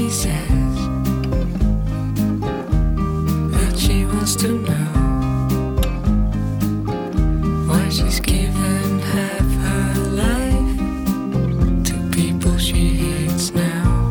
she says that she wants to know why she's given half her life to people she hates now。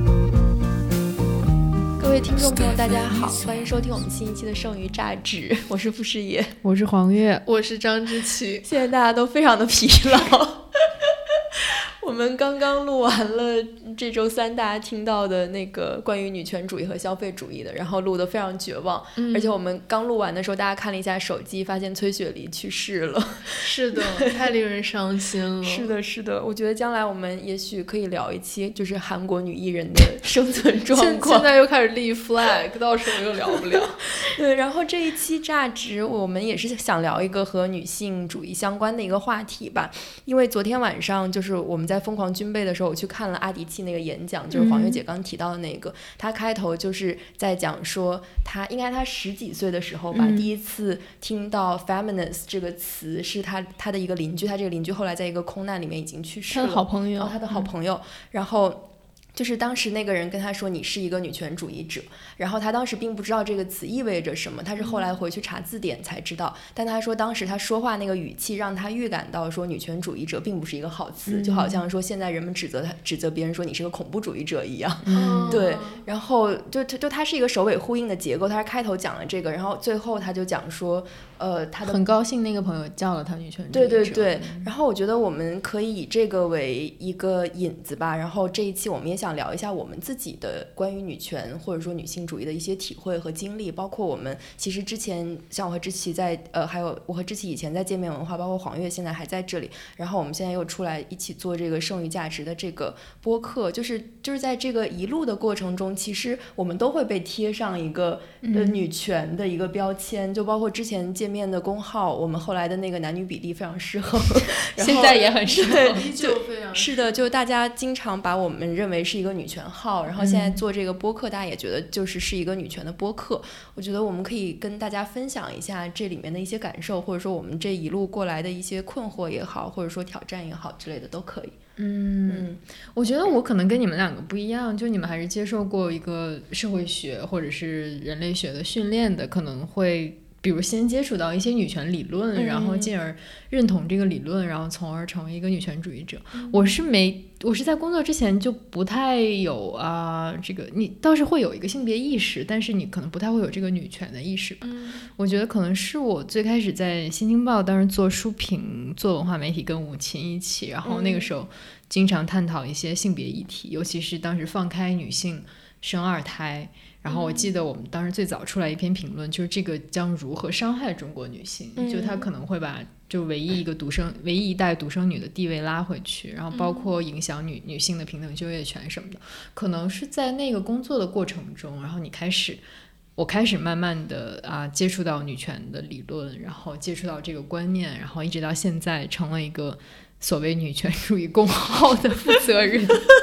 各位听众朋友大家好，欢迎收听我们新一期的剩余榨汁，我是傅师爷， 我是黄月， 我是张之琪。 现在大家都非常的疲劳我们刚刚录完了这周三大家听到的那个关于女权主义和消费主义的，然后录得非常绝望，而且我们刚录完的时候大家看了一下手机，发现崔雪梨去世了。 是的，太令人伤心了。 是的是的，我觉得将来我们也许可以聊一期就是韩国女艺人的生存状况现在又开始立 flag 到时候又聊不了对，然后这一期榨汁我们也是想聊一个和女性主义相关的一个话题吧，因为昨天晚上就是我们在疯狂军备的时候，我去看了阿迪契那个演讲，就是黄月姐刚提到的那个，他开头就是在讲说他10几岁的时候吧，第一次听到 feminist 这个词是他的一个邻居，他这个邻居后来在一个空难里面已经去世了， 他的好朋友， 他的好朋友，然后就是当时那个人跟他说你是一个女权主义者，然后他当时并不知道这个词意味着什么，他是后来回去查字典才知道，但他说当时他说话那个语气让他预感到说女权主义者并不是一个好词，就好像说现在人们指责别人说你是个恐怖主义者一样，对，然后就他是一个首尾呼应的结构，他是开头讲了这个，然后最后他就讲说他的很高兴那个朋友叫了他女权主义者， 对，然后我觉得我们可以以这个为一个引子吧，然后这一期我们也想聊一下我们自己的关于女权或者说女性主义的一些体会和经历，包括我们其实之前像我和知琪在还有我和知琪以前在界面文化，包括黄月现在还在这里，然后我们现在又出来一起做这个剩余价值的这个播客，就是在这个一路的过程中，其实我们都会被贴上一个女权的一个标签，就包括之前界面的公号，我们后来的那个男女比例非常失衡现在也很失衡， 依旧非常是的，就大家经常把我们认为是一个女权号，然后现在做这个播客大家也觉得是一个女权的播客，我觉得我们可以跟大家分享一下这里面的一些感受，或者说我们这一路过来的一些困惑也好，或者说挑战也好之类的都可以。 我觉得我可能跟你们两个不一样，就你们还是接受过一个社会学或者是人类学的训练的，可能会比如先接触到一些女权理论，然后进而认同这个理论，然后从而成为一个女权主义者。我是在工作之前就不太有这个你倒是会有一个性别意识，但是你可能不太会有这个女权的意识吧。我觉得可能是我最开始在新京报当时做书评，做文化媒体，跟武琴一起，然后那个时候经常探讨一些性别议题，尤其是当时放开女性生二胎，然后我记得我们当时最早出来一篇评论，就是这个将如何伤害中国女性，就他可能会把就唯一一代独生女的地位拉回去，然后包括影响女性的平等就业权什么的，可能是在那个工作的过程中，然后我开始慢慢的接触到女权的理论，然后接触到这个观念，然后一直到现在成了一个所谓女权主义公号的负责人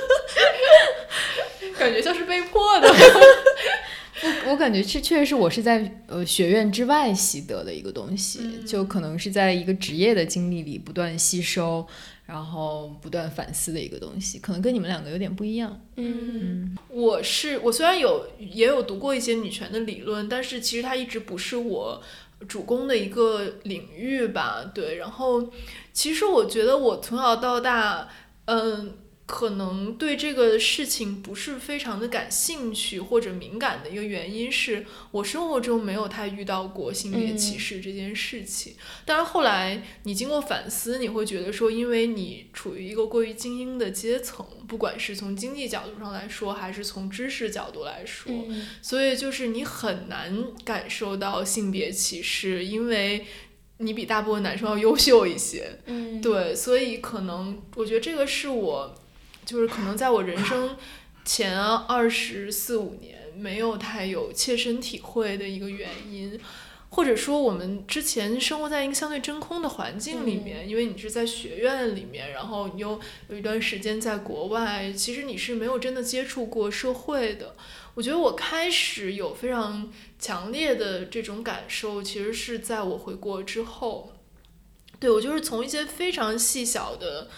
感觉像是被迫的我感觉确实是我是在学院之外习得的一个东西，就可能是在一个职业的经历里不断吸收，然后不断反思的一个东西，可能跟你们两个有点不一样。 我虽然也有读过一些女权的理论，但是其实它一直不是我主攻的一个领域吧。对，然后其实我觉得我从小到大可能对这个事情不是非常的感兴趣或者敏感的一个原因是我生活中没有太遇到过性别歧视这件事情。当然后来你经过反思，你会觉得说因为你处于一个过于精英的阶层，不管是从经济角度上来说还是从知识角度来说，所以就是你很难感受到性别歧视，因为你比大部分男生要优秀一些。对，所以可能我觉得这个是我就是可能在我人生前24、25年没有太有切身体会的一个原因，或者说我们之前生活在一个相对真空的环境里面，因为你是在学院里面，然后你又有一段时间在国外，其实你是没有真的接触过社会的。我觉得我开始有非常强烈的这种感受，其实是在我回国之后。对，我就是从一些非常细小的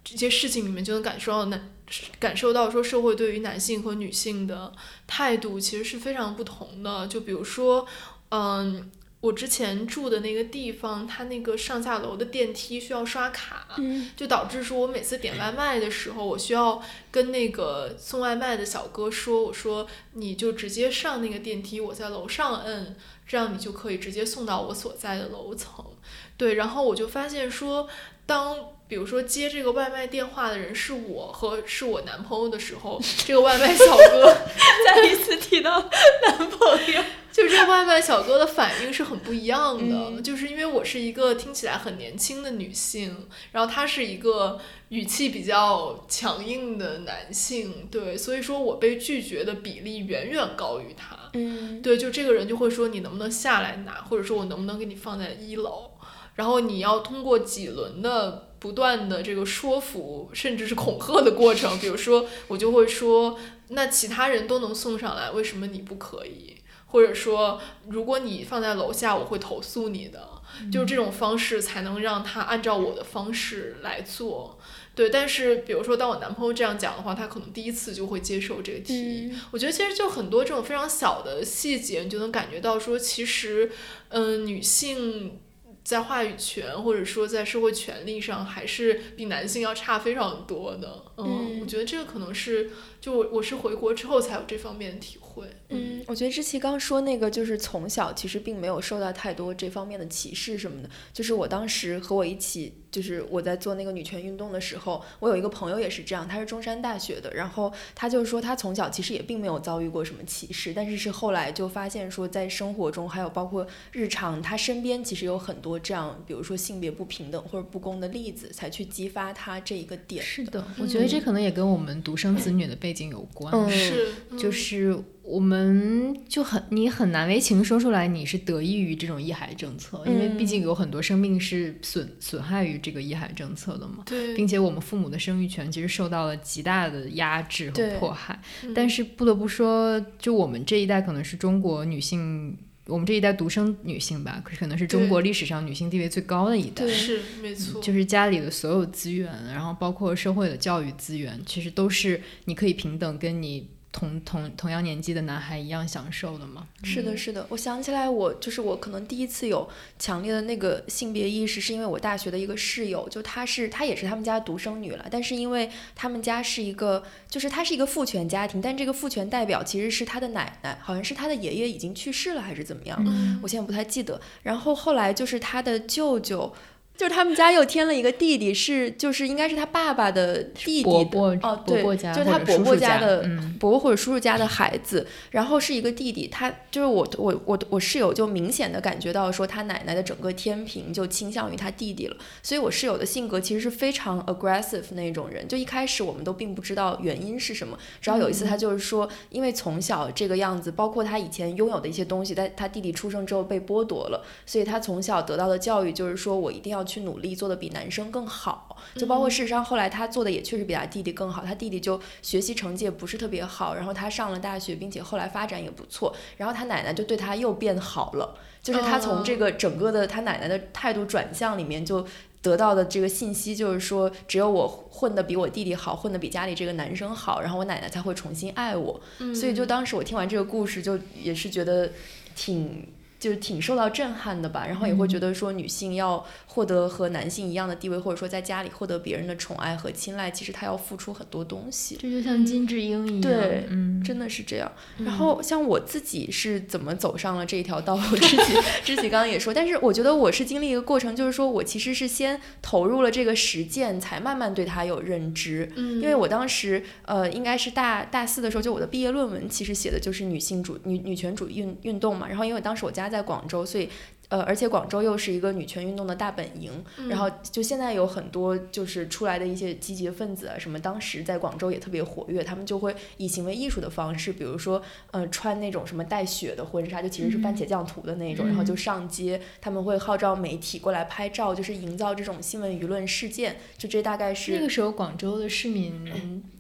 这些事情里面就能感受到说社会对于男性和女性的态度其实是非常不同的。就比如说我之前住的那个地方，它那个上下楼的电梯需要刷卡，就导致说我每次点外卖的时候，我需要跟那个送外卖的小哥说，我说你就直接上那个电梯，我在楼上摁，这样你就可以直接送到我所在的楼层。对，然后我就发现说，当比如说接这个外卖电话的人是我和是我男朋友的时候，这个外卖小哥再一次提到男朋友，就这个外卖小哥的反应是很不一样的，就是因为我是一个听起来很年轻的女性，然后他是一个语气比较强硬的男性，对，所以说我被拒绝的比例远远高于他。对，就这个人就会说你能不能下来拿，或者说我能不能给你放在1楼，然后你要通过几轮的不断的这个说服甚至是恐吓的过程，比如说我就会说那其他人都能送上来，为什么你不可以，或者说如果你放在楼下我会投诉你的，就是这种方式才能让他按照我的方式来做。对，但是比如说当我男朋友这样讲的话，他可能第一次就会接受这个提议。我觉得其实就很多这种非常小的细节，你就能感觉到说其实女性在话语权或者说在社会权利上还是比男性要差非常多的。我觉得这个可能是就我是回国之后才有这方面的体会。 我觉得之前刚说那个就是从小其实并没有受到太多这方面的歧视什么的，就是我当时和我一起就是我在做那个女权运动的时候，我有一个朋友也是这样，他是中山大学的，然后他就说他从小其实也并没有遭遇过什么歧视，但是后来就发现说在生活中还有包括日常他身边其实有很多这样比如说性别不平等或者不公的例子，才去激发他这一个点。 是的，我觉得这可能也跟我们独生子女的背景有关。 是， 就是我们就你很难为情说出来你是得益于这种一孩政策，因为毕竟有很多生命是损害于这个一孩政策的嘛。 对， 并且我们父母的生育权其实受到了极大的压制和迫害。但是不得不说，就我们这一代可能是中国女性，我们这一代独生女性吧，可能是中国历史上女性地位最高的一代。 是没错， 就是家里的所有资源，然后包括社会的教育资源，其实都是你可以平等跟你同样年纪的男孩一样享受的嘛。 是的是的，我想起来我可能第一次有强烈的那个性别意识，是因为我大学的一个室友，就她也是他们家独生女了，但是因为他们家是一个就是她是一个父权家庭，但这个父权代表其实是她的奶奶，好像是她的爷爷已经去世了还是怎么样，我现在不太记得。然后后来就是她的舅舅，就是他们家又添了一个弟弟，就是应该是他爸爸的弟弟伯伯家， 就是他伯伯家的伯伯或者叔叔家的孩子，然后是一个弟弟。他就是我室友就明显的感觉到说他奶奶的整个天平就倾向于他弟弟了，所以我室友的性格其实是非常 aggressive 那种人。就一开始我们都并不知道原因是什么，直到有一次他就是说，因为从小这个样子，包括他以前拥有的一些东西，在他弟弟出生之后被剥夺了，所以他从小得到的教育就是说我一定要去努力做得比男生更好，就包括事实上后来他做的也确实比他弟弟更好，他弟弟就学习成绩也不是特别好，然后他上了大学，并且后来发展也不错，然后他奶奶就对他又变好了，就是他从这个整个的他奶奶的态度转向里面就得到的这个信息就是说，只有我混得比我弟弟好，混得比家里这个男生好，然后我奶奶才会重新爱我。所以就当时我听完这个故事，就也是觉得挺受到震撼的吧，然后也会觉得说女性要获得和男性一样的地位，或者说在家里获得别人的宠爱和青睐，其实她要付出很多东西。 这就像金智英一样， 对，真的是这样。然后像我自己是怎么走上了这一条道路，知己刚刚也说，但是我觉得我是经历一个过程，就是说我其实是先投入了这个实践，才慢慢对它有认知。因为我当时应该是大4的时候，就我的毕业论文其实写的就是女权主义运动嘛，然后因为当时我家在广州，所以而且广州又是一个女权运动的大本营，然后就现在有很多就是出来的一些积极分子啊什么，当时在广州也特别活跃，他们就会以行为艺术的方式，比如说穿那种什么带血的婚纱，就其实是番茄酱涂的那种，然后就上街，他们会号召媒体过来拍照，就是营造这种新闻舆论事件，就这大概是那个时候广州的市民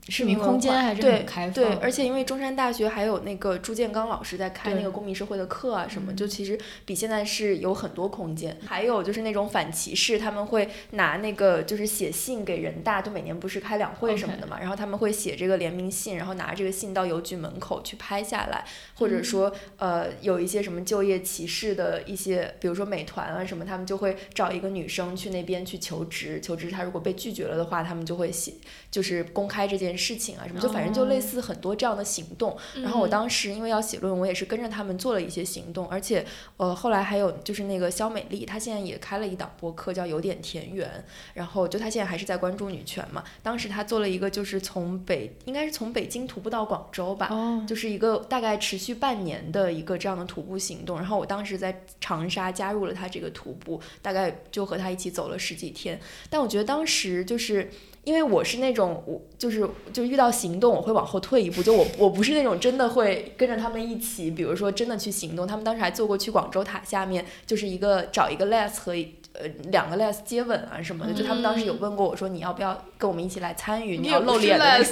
市民空间还是很开放。 对，而且因为中山大学还有那个朱建刚老师在开那个公民社会的课啊什么，就其实比现在是有很多空间。还有就是那种反歧视，他们会拿那个就是写信给人大，就每年不是开两会什么的嘛，然后他们会写这个联名信，然后拿这个信到邮局门口去拍下来，或者说有一些什么就业歧视的一些，比如说美团啊什么，他们就会找一个女生去那边去求职，她如果被拒绝了的话，他们就会写就是公开这件事情啊什么，就反正就类似很多这样的行动。然后我当时因为要写论文，我也是跟着他们做了一些行动，而且后来还有就是那个肖美丽，她现在也开了一档播客叫有点田园，然后就她现在还是在关注女权嘛。当时她做了一个就是应该是从北京徒步到广州吧，就是一个大概持续半年的一个这样的徒步行动。然后我当时在长沙加入了她这个徒步，大概就和她一起走了10几天。但我觉得当时就是因为我是那种就遇到行动我会往后退一步，就我不是那种真的会跟着他们一起，比如说真的去行动。他们当时还做过去广州塔下面就是找一个 les 和2个 les 接吻啊什么的，就他们当时有问过我说你要不要跟我们一起来参与，你要露脸的那个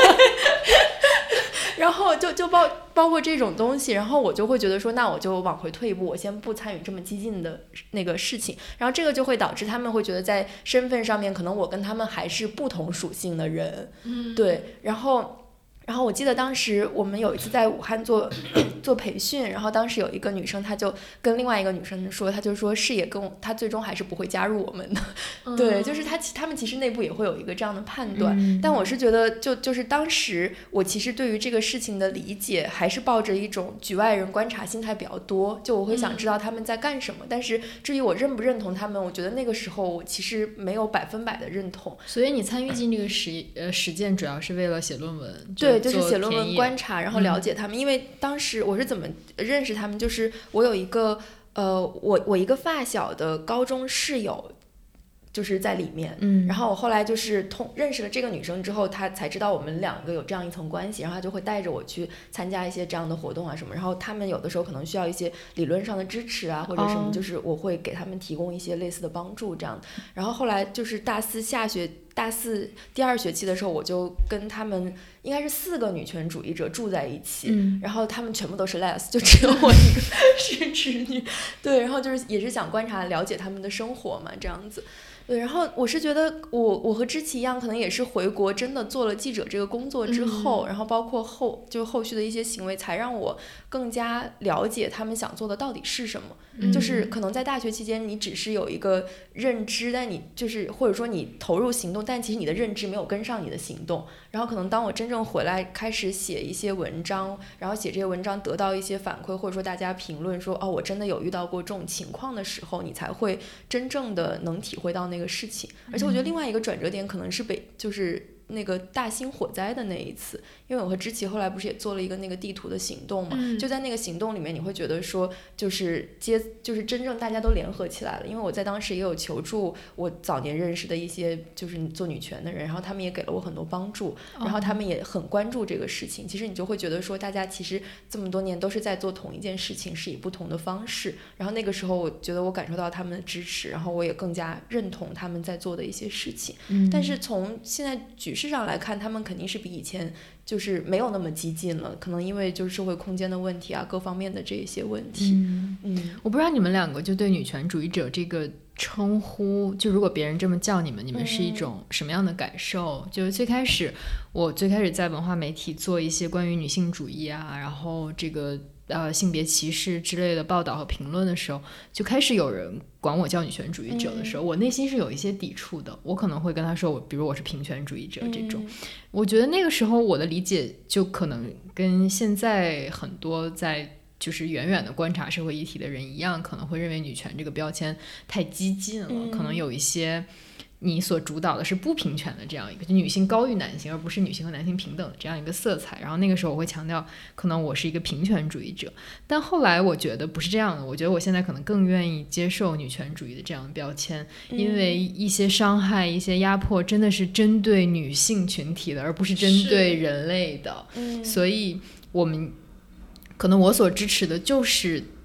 然后就包括这种东西，然后我就会觉得说那我就往回退一步，我先不参与这么激进的那个事情，然后这个就会导致他们会觉得在身份上面可能我跟他们还是不同属性的人，对，然后我记得当时我们有一次在武汉做培训，然后当时有一个女生，她就跟另外一个女生说，她就说视野跟她最终还是不会加入我们的，对，就是他们其实内部也会有一个这样的判断，但我是觉得就是当时我其实对于这个事情的理解还是抱着一种局外人观察心态比较多，就我会想知道他们在干什么，但是至于我认不认同他们，我觉得那个时候我其实没有100%的认同。 所以你参与进这个实践主要是为了写论文？ 对，就是写论文观察，然后了解他们，因为当时我是怎么认识他们，就是我有一个我一个发小的高中室友就是在里面，然后我后来就是认识了这个女生之后，她才知道我们2个有这样一层关系，然后她就会带着我去参加一些这样的活动啊什么，然后他们有的时候可能需要一些理论上的支持啊或者什么，就是我会给他们提供一些类似的帮助这样。然后后来就是大四第2学期的时候，我就跟他们应该是4个女权主义者住在一起，然后他们全部都是 les， 就只有我一个是直女，对，然后就是也是想观察了解他们的生活嘛这样子。对，然后我是觉得我和知琪一样，可能也是回国真的做了记者这个工作之后，然后包括后续的一些行为，才让我更加了解他们想做的到底是什么。就是可能在大学期间你只是有一个认知，但你就是或者说你投入行动，但其实你的认知没有跟上你的行动。然后可能当我真正回来开始写一些文章，然后写这些文章得到一些反馈，或者说大家评论说我真的有遇到过这种情况的时候，你才会真正的能体会到那个事情。而且我觉得另外一个转折点可能是就是那个大兴火灾的那一次，因为我和知琪后来不是也做了一个那个地图的行动嘛，就在那个行动里面你会觉得说就是真正大家都联合起来了，因为我在当时也有求助我早年认识的一些就是做女权的人，然后他们也给了我很多帮助，然后他们也很关注这个事情，其实你就会觉得说大家其实这么多年都是在做同一件事情，是以不同的方式，然后那个时候我觉得我感受到他们的支持，然后我也更加认同他们在做的一些事情，但是从现在局势上来看，他们肯定是比以前就是没有那么激进了，可能因为就是社会空间的问题啊，各方面的这一些问题。 我不知道你们2个就对女权主义者这个称呼，就如果别人这么叫你们是一种什么样的感受？就是我最开始在文化媒体做一些关于女性主义啊，然后这个性别歧视之类的报道和评论的时候，就开始有人管我叫女权主义者的时候，我内心是有一些抵触的。我可能会跟他说比如我是平权主义者这种，我觉得那个时候我的理解就可能跟现在很多在就是远远的观察社会议题的人一样，可能会认为女权这个标签太激进了，可能有一些你所主导的是不平权的这样一个，就女性高于男性而不是女性和男性平等的这样一个色彩，然后那个时候我会强调可能我是一个平权主义者，但后来我觉得不是这样的，我觉得我现在可能更愿意接受女权主义的这样的标签，因为一些伤害一些压迫真的是针对女性群体的，而不是针对人类的，所以可能我所支持的就是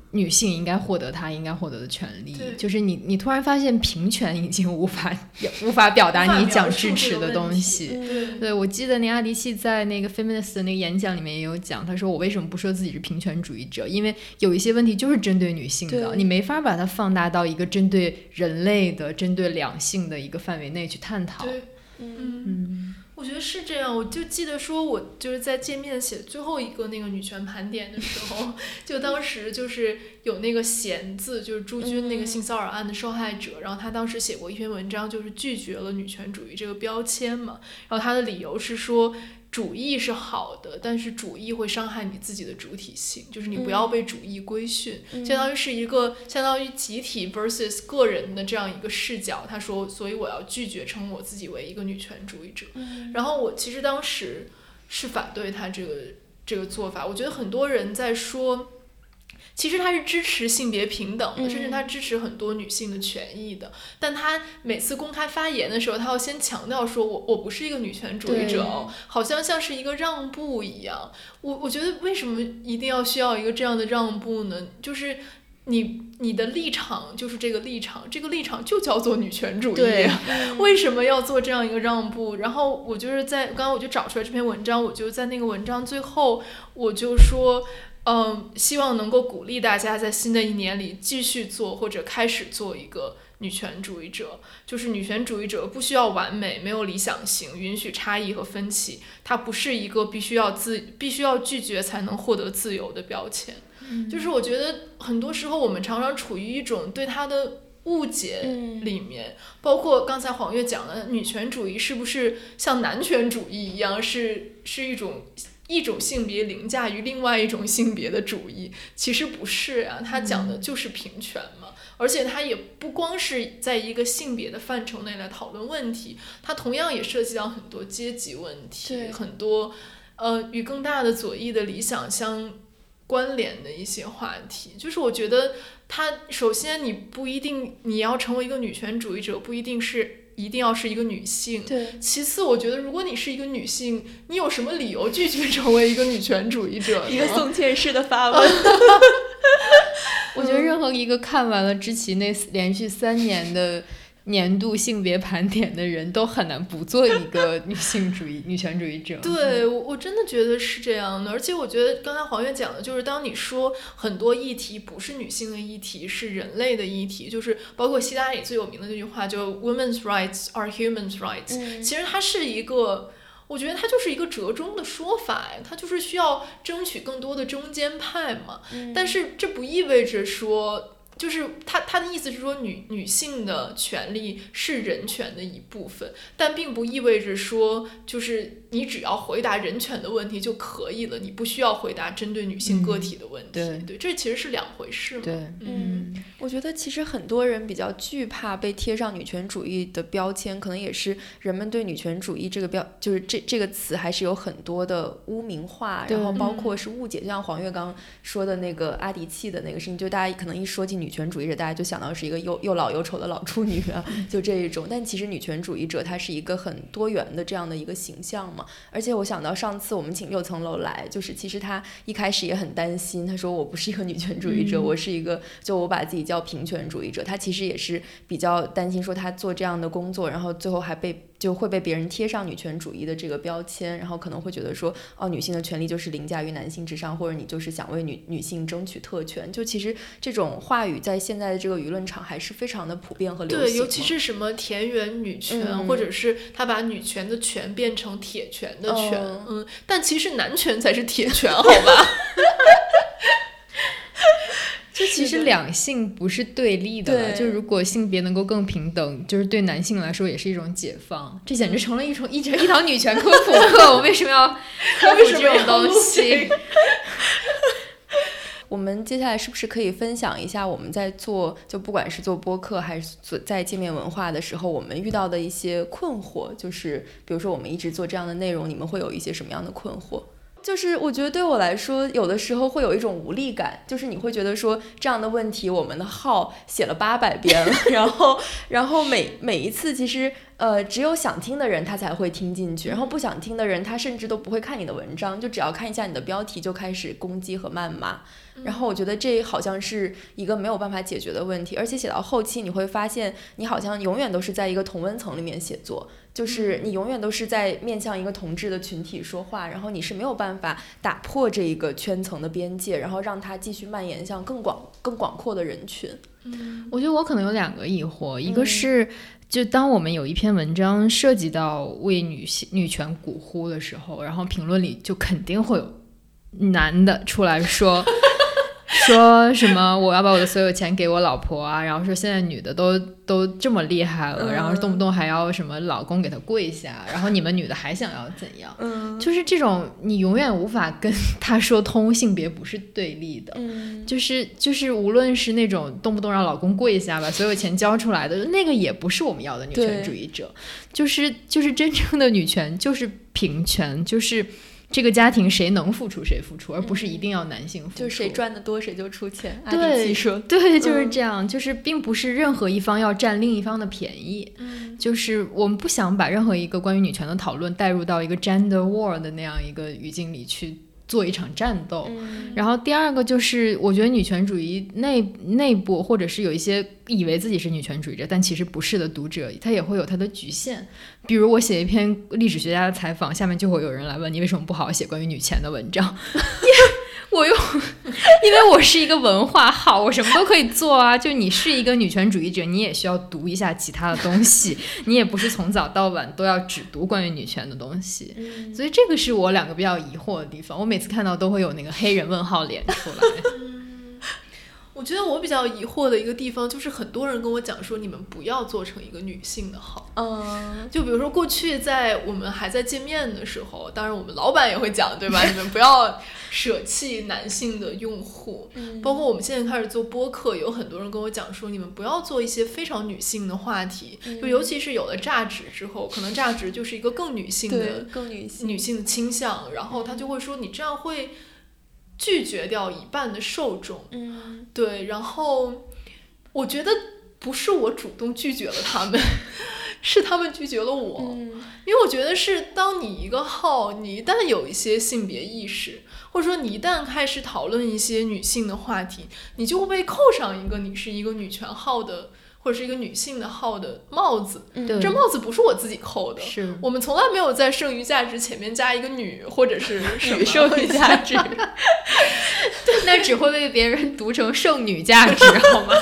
女性应该获得她应该获得的权利， 对就是你突然发现平权已经无法表达你讲支持的东西。对，我记得那阿迪契在那个 feminist 的那个演讲里面也有讲，他说我为什么不说自己是平权主义者，因为有一些问题就是针对女性的，你没法把它放大到一个针对人类的针对两性的一个范围内去探讨。 对，我觉得是这样。我就记得说，我就是在界面写最后一个那个女权盘点的时候，就当时就是有那个贤字，就是朱军那个性骚扰案的受害者，然后他当时写过一篇文章，就是拒绝了女权主义这个标签嘛。然后他的理由是说，主义是好的，但是主义会伤害你自己的主体性，就是你不要被主义规训，相当于是一个相当于集体 versus 个人的这样一个视角。他说，所以我要拒绝称我自己为一个女权主义者。然后我其实当时是反对他这个做法。我觉得很多人在说，其实他是支持性别平等的，甚至他支持很多女性的权益的，但他每次公开发言的时候，他要先强调说我不是一个女权主义者哦，好像是一个让步一样。我觉得为什么一定要需要一个这样的让步呢？就是你的立场就是这个立场就叫做女权主义，为什么要做这样一个让步？然后我就是刚刚我就找出来这篇文章，我就在那个文章最后我就说，希望能够鼓励大家在新的一年里继续做或者开始做一个女权主义者。就是女权主义者不需要完美，没有理想型，允许差异和分歧，它不是一个必须要拒绝才能获得自由的标签。就是我觉得很多时候我们常常处于一种对它的误解里面，包括刚才黄月讲的女权主义是不是像男权主义一样是一种性别凌驾于另外一种性别的主义？其实不是啊，它讲的就是平权嘛。而且它也不光是在一个性别的范畴内来讨论问题，它同样也涉及到很多阶级问题，很多与更大的左翼的理想相关联的一些话题。就是我觉得它首先你要成为一个女权主义者，不一定要是一个女性。对。其次，我觉得如果你是一个女性，你有什么理由拒绝成为一个女权主义者呢？ 一个宋茜式的发问。 我觉得任何一个看完了知其那连续3年的年度性别盘点的人都很难不做一个女权主义者。 对，我真的觉得是这样的。而且我觉得刚才黄月讲的就是，当你说很多议题不是女性的议题，是人类的议题，就是包括希拉里最有名的那句话，就 Women's rights are humans' rights。其实它是一个，我觉得它就是一个折中的说法，它就是需要争取更多的中间派嘛。但是这不意味着说，就是他的意思是说女性的权利是人权的一部分，但并不意味着说就是你只要回答人权的问题就可以了，你不需要回答针对女性个体的问题。对，这其实是两回事嘛。 对， 我觉得其实很多人比较惧怕被贴上女权主义的标签，可能也是人们对女权主义这个就是这个词还是有很多的污名化，然后包括是误解。就像黄月刚说的那个阿迪契的那个事情，就大家可能一说起女权主义者，大家就想到是一个又老又丑的老处女啊，就这一种。但其实女权主义者它是一个很多元的这样的一个形象嘛。而且我想到上次我们请6层楼来，就是其实他一开始也很担心，他说我不是一个女权主义者，我是一个我把自己叫平权主义者。他其实也是比较担心说他做这样的工作，然后最后还就会被别人贴上女权主义的这个标签，然后可能会觉得说女性的权利就是凌驾于男性之上，或者你就是想为女性争取特权。就其实这种话语在现在的这个舆论场还是非常的普遍和流行。 对，尤其是什么田园女权，或者是他把女权的权变成铁拳的拳，但其实男权才是铁拳，好吧？ 这其实两性不是对立的了，就如果性别能够更平等，就是对男性来说也是一种解放。这简直成了一堂女权科普课。我为什么要科普这种东西？ 我们接下来是不是可以分享一下我们在做，就不管是做播客还是在界面文化的时候，我们遇到的一些困惑？就是比如说我们一直做这样的内容，你们会有一些什么样的困惑？ 就是我觉得对我来说，有的时候会有一种无力感，就是你会觉得说这样的问题，我们的号写了800遍了，然后每一次其实只有想听的人他才会听进去，然后不想听的人他甚至都不会看你的文章，就只要看一下你的标题就开始攻击和谩骂。然后我觉得这好像是一个没有办法解决的问题，而且写到后期你会发现你好像永远都是在一个同温层里面写作，就是你永远都是在面向一个同志的群体说话，然后你是没有办法打破这一个圈层的边界，然后让它继续蔓延向更广阔的人群。 我觉得我可能有2个疑惑，一个是就当我们有一篇文章涉及到为女权鼓呼的时候，然后评论里就肯定会有男的出来说什么我要把我的所有钱给我老婆啊，然后说现在女的都这么厉害了，然后动不动还要什么老公给她跪下，然后你们女的还想要怎样，就是这种你永远无法跟他说通性别不是对立的，就是无论是那种动不动让老公跪下把所有钱交出来的那个也不是我们要的女权主义者，就是真正的女权就是平权，就是这个家庭谁能付出谁付出，而不是一定要男性付出， 就谁赚的多谁就出钱。 对， 阿迪说对，就是这样，就是并不是任何一方要占另一方的便宜，就是我们不想把任何一个关于女权的讨论带入到一个 gender war 的那样一个语境里去做一场战斗。然后第2个就是我觉得女权主义内部或者是有一些以为自己是女权主义者但其实不是的读者，他也会有他的局限。比如我写一篇历史学家的采访，下面就会有人来问你为什么不好好写关于女权的文章因为我是一个文化号，我什么都可以做啊，就你是一个女权主义者你也需要读一下其他的东西你也不是从早到晚都要只读关于女权的东西，所以这个是我2个比较疑惑的地方，我每次看到都会有那个黑人问号脸出来我觉得我比较疑惑的一个地方就是很多人跟我讲说你们不要做成一个女性的号，就比如说过去在我们还在见面的时候，当然我们老板也会讲对吧你们不要舍弃男性的用户，包括我们现在开始做播客，有很多人跟我讲说你们不要做一些非常女性的话题，就尤其是有了榨汁之后，可能榨汁就是一个更女性的女性的倾向，然后他就会说你这样会拒绝掉一半的受众，对，然后我觉得不是我主动拒绝了他们是他们拒绝了我，因为我觉得是当你一个号你一旦有一些性别意识，或者说你一旦开始讨论一些女性的话题，你就会被扣上一个你是一个女权号的或者是一个女性的号的帽子，这帽子不是我自己扣的，是我们从来没有在剩余价值前面加一个女或者是女剩余价值那只会被别人读成剩女价值好吗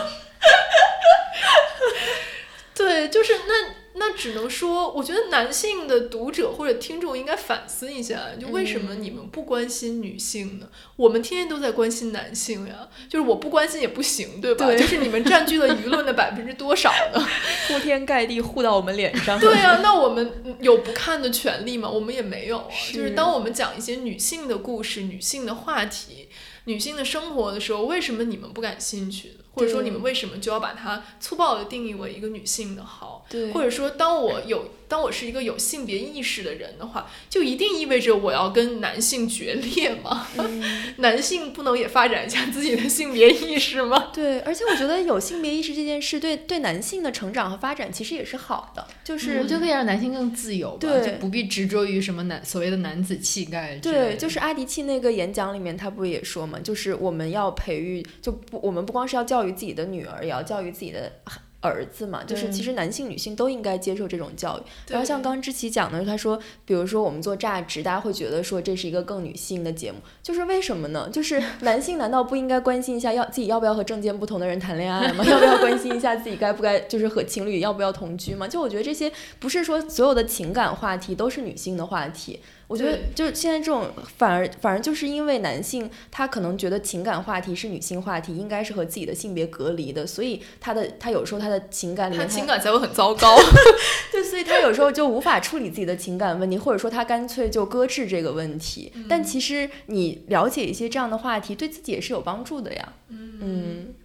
对，就是那只能说我觉得男性的读者或者听众应该反思一下，就为什么你们不关心女性呢？我们天天都在关心男性呀，就是我不关心也不行对吧？对，就是你们占据了舆论的多少呢？ 铺天盖地护到我们脸上对啊，那我们有不看的权利吗？我们也没有啊。就是当我们讲一些女性的故事女性的话题女性的生活的时候，为什么你们不感兴趣呢？或者说你们为什么就要把它粗暴的定义为一个女性的号？对，或者说当我是一个有性别意识的人的话，就一定意味着我要跟男性决裂吗？男性不能也发展一下自己的性别意识吗？ 对，而且我觉得有性别意识这件事对男性的成长和发展其实也是好的，就是就可以让男性更自由吧，就不必执着于什么所谓的男子气概之类的。 对，就是阿迪契那个演讲里面他不也说嘛，就是我们要培育，我们不光是要教育自己的女儿，也要教育自己的儿子嘛，就是其实男性女性都应该接受这种教育。然后像刚之琪讲的，他说比如说我们做榨汁，大家会觉得说这是一个更女性的节目，就是为什么呢？就是男性难道不应该关心一下自己要不要和政见不同的人谈恋爱吗？要不要关心一下自己该不该就是和情侣要不要同居吗？就我觉得这些不是说所有的情感话题都是女性的话题，我觉得就现在这种反而就是因为男性他可能觉得情感话题是女性话题，应该是和自己的性别隔离的，所以他有时候他的情感里面他情感才会很糟糕对，所以他有时候就无法处理自己的情感问题，或者说他干脆就搁置这个问题。但其实你了解一些这样的话题对自己也是有帮助的呀。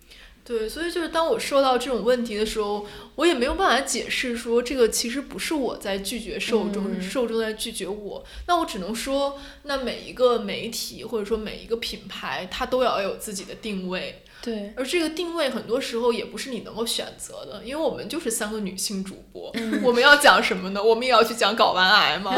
对，所以就是当我受到这种问题的时候，我也没有办法解释说这个其实不是我在拒绝受众，是受众在拒绝我。那我只能说，那每一个媒体或者说每一个品牌，它都要有自己的定位。 对， 而这个定位很多时候也不是你能够选择的，因为我们就是3个女性主播，我们要讲什么呢？我们也要去讲睾丸癌吗？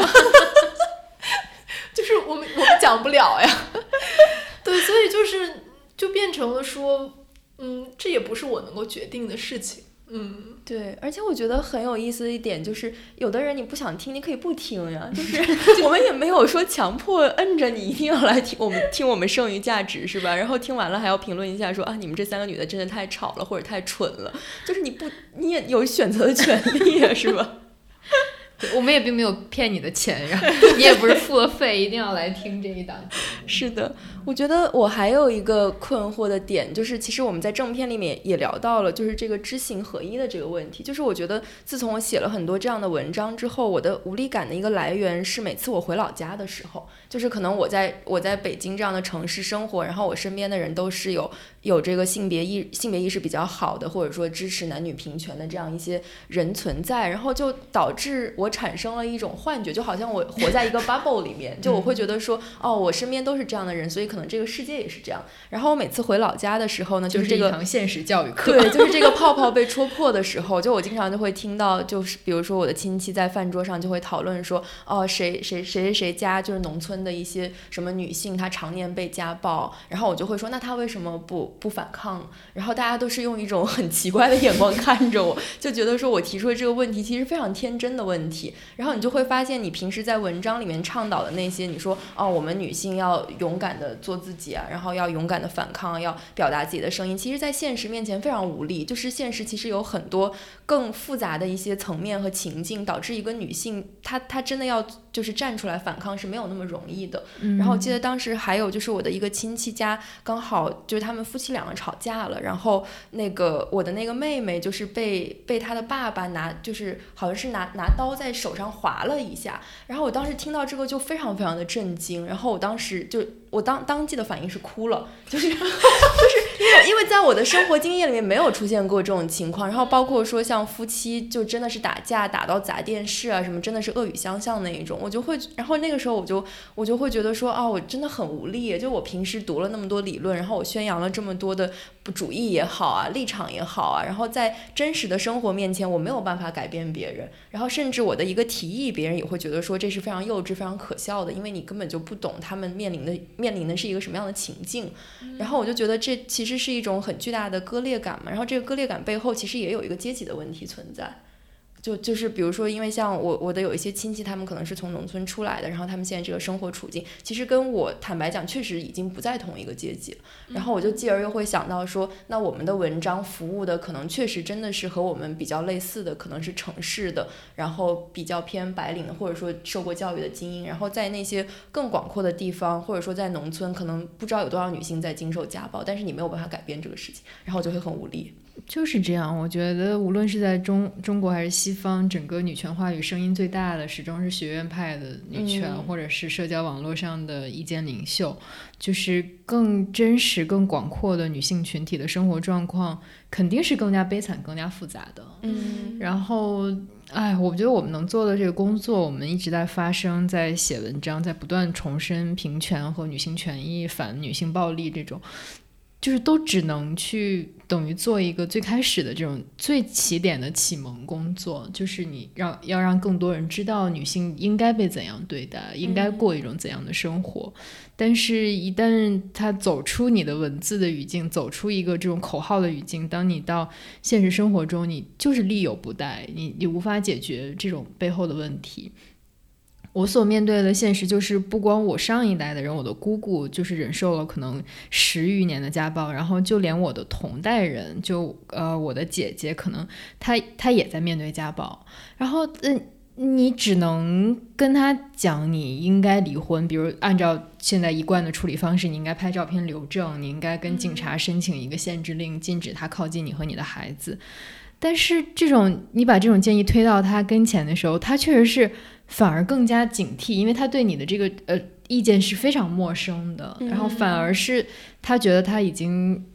就是我们讲不了呀。对，所以就变成了说。这也不是我能够决定的事情。 对，而且我觉得很有意思的一点就是，有的人你不想听，你可以不听呀。就是我们也没有说强迫摁着你一定要来听我们剩余价值，是吧？然后听完了还要评论一下说啊，你们这3个女的真的太吵了，或者太蠢了。就是你也有选择的权利呀，是吧？ 我们也并没有骗你的钱呀，你也不是付了费一定要来听这一档。 是的，我觉得我还有一个困惑的点，就是其实我们在正片里面也聊到了，就是这个知行合一的这个问题。就是我觉得自从我写了很多这样的文章之后，我的无力感的一个来源是每次我回老家的时候，就是可能我在北京这样的城市生活，然后我身边的人都是有这个性别意识比较好的，或者说支持男女平权的这样一些人存在，然后就导致我产生了一种幻觉，就好像我活在一个 bubble 里面，就我会觉得说，我身边都是这样的人，所以可能这个世界也是这样。然后我每次回老家的时候呢，就是这个一堂现实教育课， 对，就是这个泡泡被戳破的时候，就我经常就会听到，就是比如说我的亲戚在饭桌上就会讨论说，谁家就是农村的一些什么女性，她常年被家暴，然后我就会说，那她为什么不反抗？然后大家都是用一种很奇怪的眼光看着我，就觉得说我提出的这个问题其实非常天真的问题。然后你就会发现，你平时在文章里面倡导的那些，你说我们女性要勇敢的做自己啊，然后要勇敢的反抗，要表达自己的声音，其实在现实面前非常无力。就是现实其实有很多更复杂的一些层面和情境，导致一个女性她真的要就是站出来反抗是没有那么容易的。然后我记得当时还有就是我的一个亲戚家刚好就是他们夫妻2个吵架了，然后我的那个妹妹就是被她的爸爸就是好像是拿刀在手上划了一下，然后我当时听到这个就非常非常的震惊，然后我当时就当即的反应是哭了，就是因为在我的生活经验里面没有出现过这种情况，然后包括说像夫妻就真的是打架打到砸电视啊什么，真的是恶语相向那一种，然后那个时候我就会觉得说我真的很无力，就我平时读了那么多理论，然后我宣扬了这么多的主义也好啊，立场也好啊，然后在真实的生活面前我没有办法改变别人，然后甚至我的一个提议别人也会觉得说这是非常幼稚非常可笑的，因为你根本就不懂他们面临的是一个什么样的情境。然后我就觉得这其实是一种很巨大的割裂感嘛，然后这个割裂感背后其实也有一个阶级的问题存在。就是比如说，因为像我的有一些亲戚，他们可能是从农村出来的，然后他们现在这个生活处境，其实跟我坦白讲，确实已经不在同一个阶级了。然后我就继而又会想到说，那我们的文章服务的可能确实真的是和我们比较类似的，可能是城市的，然后比较偏白领的，或者说受过教育的精英，然后在那些更广阔的地方，或者说在农村，可能不知道有多少女性在经受家暴，但是你没有办法改变这个事情，然后我就会很无力。 就是这样，我觉得无论是在中国还是西方，整个女权话语声音最大的始终是学院派的女权，或者是社交网络上的意见领袖。就是更真实更广阔的女性群体的生活状况肯定是更加悲惨更加复杂的。然后我觉得我们能做的这个工作，我们一直在发声，在写文章，在不断重申平权和女性权益，反女性暴力，这种就是都只能去等于做一个最开始的这种最起点的启蒙工作，就是你要让更多人知道女性应该被怎样对待，应该过一种怎样的生活。但是一旦他走出你的文字的语境，走出一个这种口号的语境，当你到现实生活中，你就是力有不逮，你无法解决这种背后的问题。我所面对的现实就是，不光我上一代的人，我的姑姑就是忍受了可能10余年的家暴，然后就连我的同代人，就我的姐姐，可能她也在面对家暴，然后你只能跟她讲你应该离婚，比如按照现在一贯的处理方式，你应该拍照片留证，你应该跟警察申请一个限制令，禁止他靠近你和你的孩子。但是你把这种建议推到他跟前的时候，他确实是反而更加警惕，因为他对你的这个意见是非常陌生的，然后反而是他觉得他已经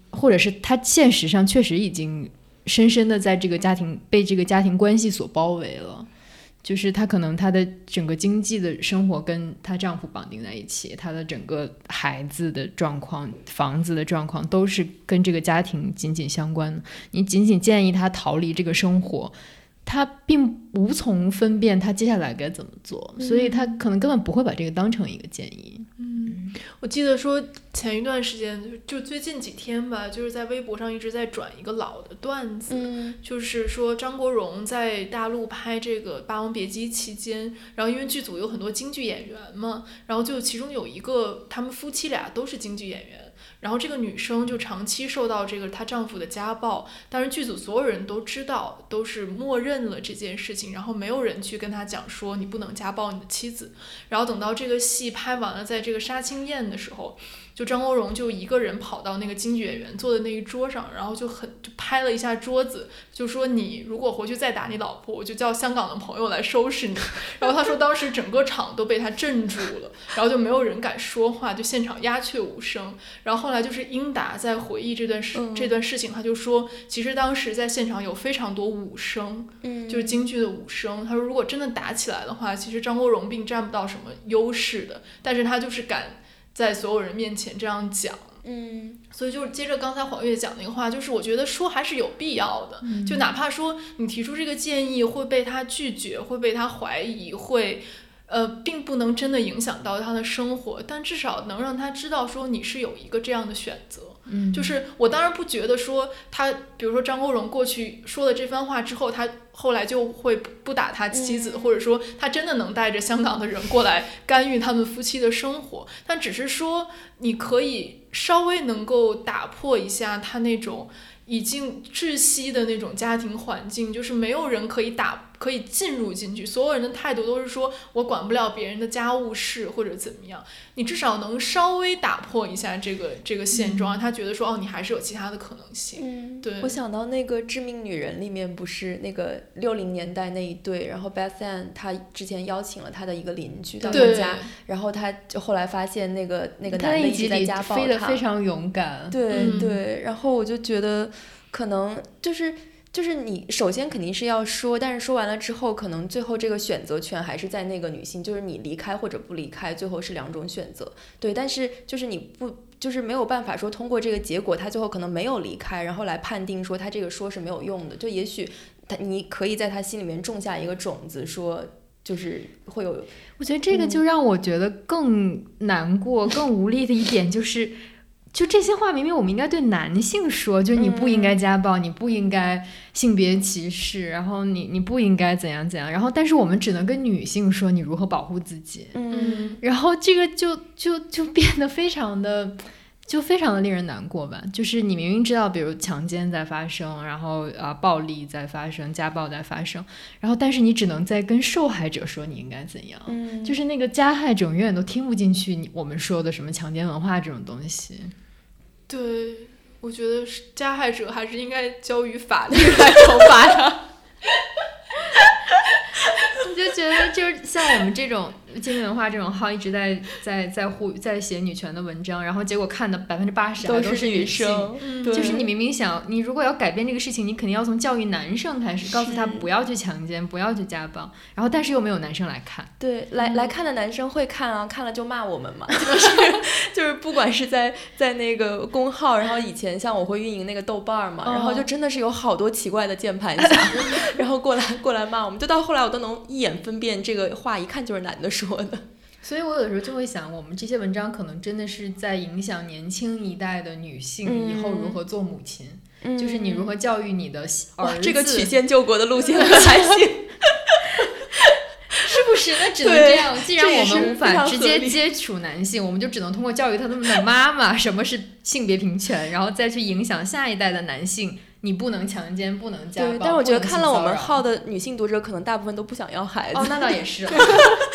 或者是他现实上确实已经深深的在这个家庭被这个家庭关系所包围了。就是她可能她的整个经济的生活跟她丈夫绑定在一起，她的整个孩子的状况、房子的状况都是跟这个家庭紧紧相关的。你仅仅建议她逃离这个生活，她并无从分辨她接下来该怎么做，所以她可能根本不会把这个当成一个建议。 我记得说前一段时间就最近几天吧，就是在微博上一直在转一个老的段子，就是说张国荣在大陆拍这个《霸王别姬》期间，然后因为剧组有很多京剧演员嘛，然后就其中有一个他们夫妻俩都是京剧演员。然后这个女生就长期受到这个她丈夫的家暴，但是剧组所有人都知道，都是默认了这件事情，然后没有人去跟她讲说你不能家暴你的妻子。然后等到这个戏拍完了，在这个杀青宴的时候，就张国荣就一个人跑到那个京剧演员坐的那一桌上，然后就拍了一下桌子，就说你如果回去再打你老婆，我就叫香港的朋友来收拾你。然后他说当时整个场都被他镇住了，然后就没有人敢说话，就现场鸦雀无声。然后后来就是英达在回忆这段事情，他就说其实当时在现场有非常多武生，就是京剧的武生。他说如果真的打起来的话，其实张国荣并占不到什么优势的，但是他就是敢在所有人面前这样讲。所以就是接着刚才黄月讲那个话，就是我觉得说还是有必要的，就哪怕说你提出这个建议会被他拒绝，会被他怀疑，会并不能真的影响到他的生活，但至少能让他知道说你是有一个这样的选择。就是我当然不觉得说他，比如说张国荣过去说了这番话之后，他后来就会不打他妻子，或者说他真的能带着香港的人过来干预他们夫妻的生活，但只是说你可以稍微能够打破一下他那种已经窒息的那种家庭环境，就是没有人可以进入进去，所有人的态度都是说我管不了别人的家务事或者怎么样，你至少能稍微打破一下这个现状，让他觉得说你还是有其他的可能性。对， 我想到那个《致命女人》里面不是那个60年代那一对，然后 Beth Ann 她之前邀请了她的一个邻居到她家，然后她就后来发现那个男的一直在家暴她， 飞得非常勇敢。 对，然后我就觉得可能就是你首先肯定是要说，但是说完了之后，可能最后这个选择权还是在那个女性，就是你离开或者不离开，最后是2种选择。对，但是就是你不就是没有办法说通过这个结果，他最后可能没有离开，然后来判定说他这个说是没有用的。就也许你可以在他心里面种下一个种子，说就是会有。 我觉得这个就让我觉得更难过、更无力的一点就是。就这些话明明我们应该对男性说，就你不应该家暴，你不应该性别歧视，然后你不应该怎样怎样，然后但是我们只能跟女性说你如何保护自己。然后这个就变得非常的令人难过吧。就是你明明知道比如强奸在发生，然后暴力在发生，家暴在发生，然后但是你只能在跟受害者说你应该怎样。就是那个加害者永远都听不进去我们说的什么强奸文化这种东西。 对，我觉得加害者还是应该交于法律来惩罚他。 我就觉得就是像我们这种精灵文化这种号一直在写女权的文章，然后结果看的80%都是女生。就是你明明想你如果要改变这个事情，你肯定要从教育男生开始，告诉他不要去强奸，不要去家暴，然后但是又没有男生来看。 对，来看的男生会看啊，看了就骂我们嘛。就是不管是在那个公号，然后以前像我会运营那个豆瓣嘛，然后就真的是有好多奇怪的键盘侠，然后过来骂我们，就到后来我都能一眼分辨这个话一看就是男的说的。 所以我有的时候就会想，我们这些文章可能真的是在影响年轻一代的女性以后如何做母亲。就是你如何教育你的儿子。这个曲线救国的路线还行。 是不是？那只能这样。既然我们无法直接接触男性，我们就只能通过教育他们的妈妈什么是性别平权，然后再去影响下一代的男性。你不能强奸，不能家暴。 对，但我觉得看了我们号的女性读者，可能大部分都不想要孩子。 那倒也是。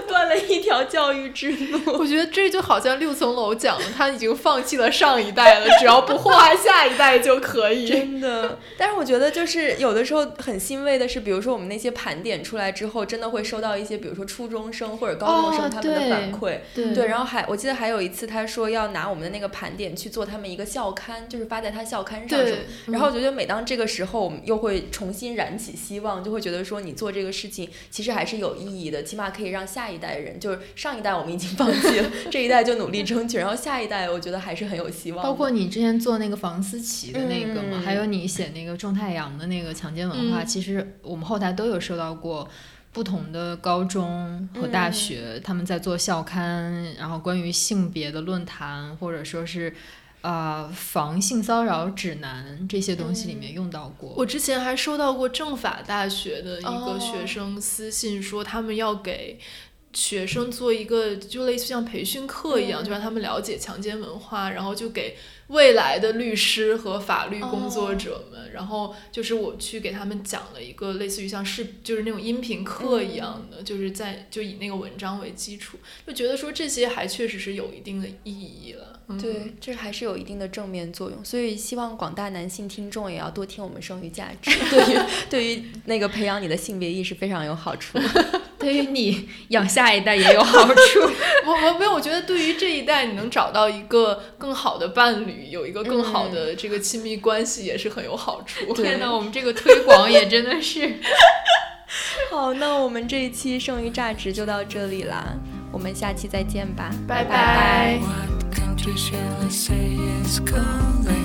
断了一条教育之路。 我觉得这就好像6层楼讲了，他已经放弃了上一代了，只要不祸害下一代就可以。 真的，但是我觉得就是有的时候很欣慰的是，比如说我们那些盘点出来之后，真的会收到一些，比如说初中生或者高中生他们的反馈。对，然后我记得还有一次他说要拿我们的那个盘点去做他们一个校刊，就是发在他校刊上什么。然后我觉得每当这个时候，我们又会重新燃起希望，就会觉得说你做这个事情其实还是有意义的，起码可以让下一代人，就是上一代我们已经放弃了，这一代就努力争取，然后下一代我觉得还是很有希望的。 包括你之前做那个房思琪的那个嘛，还有你写那个种太阳的那个强奸文化，其实我们后台都有收到过不同的高中和大学，他们在做校刊，然后关于性别的论坛，或者说是防性骚扰指南这些东西里面用到过。 我之前还收到过政法大学的一个学生私信说，他们要给学生做一个就类似像培训课一样，就让他们了解强奸文化，然后就给未来的律师和法律工作者们，然后就是我去给他们讲了一个类似于像就是那种音频课一样的，就是就以那个文章为基础，就觉得说这些还确实是有一定的意义了。 对，这还是有一定的正面作用，所以希望广大男性听众也要多听我们生育价值，对于那个培养你的性别意识非常有好处。 对于你养下一代也有好处。 没有，我觉得对于这一代你能找到一个更好的伴侣，有一个更好的这个亲密关系也是很有好处。 天哪，我们这个推广也真的是。 好，那我们这一期剩余价值就到这里啦，我们下期再见吧， 拜拜。 What country shall I say is calling?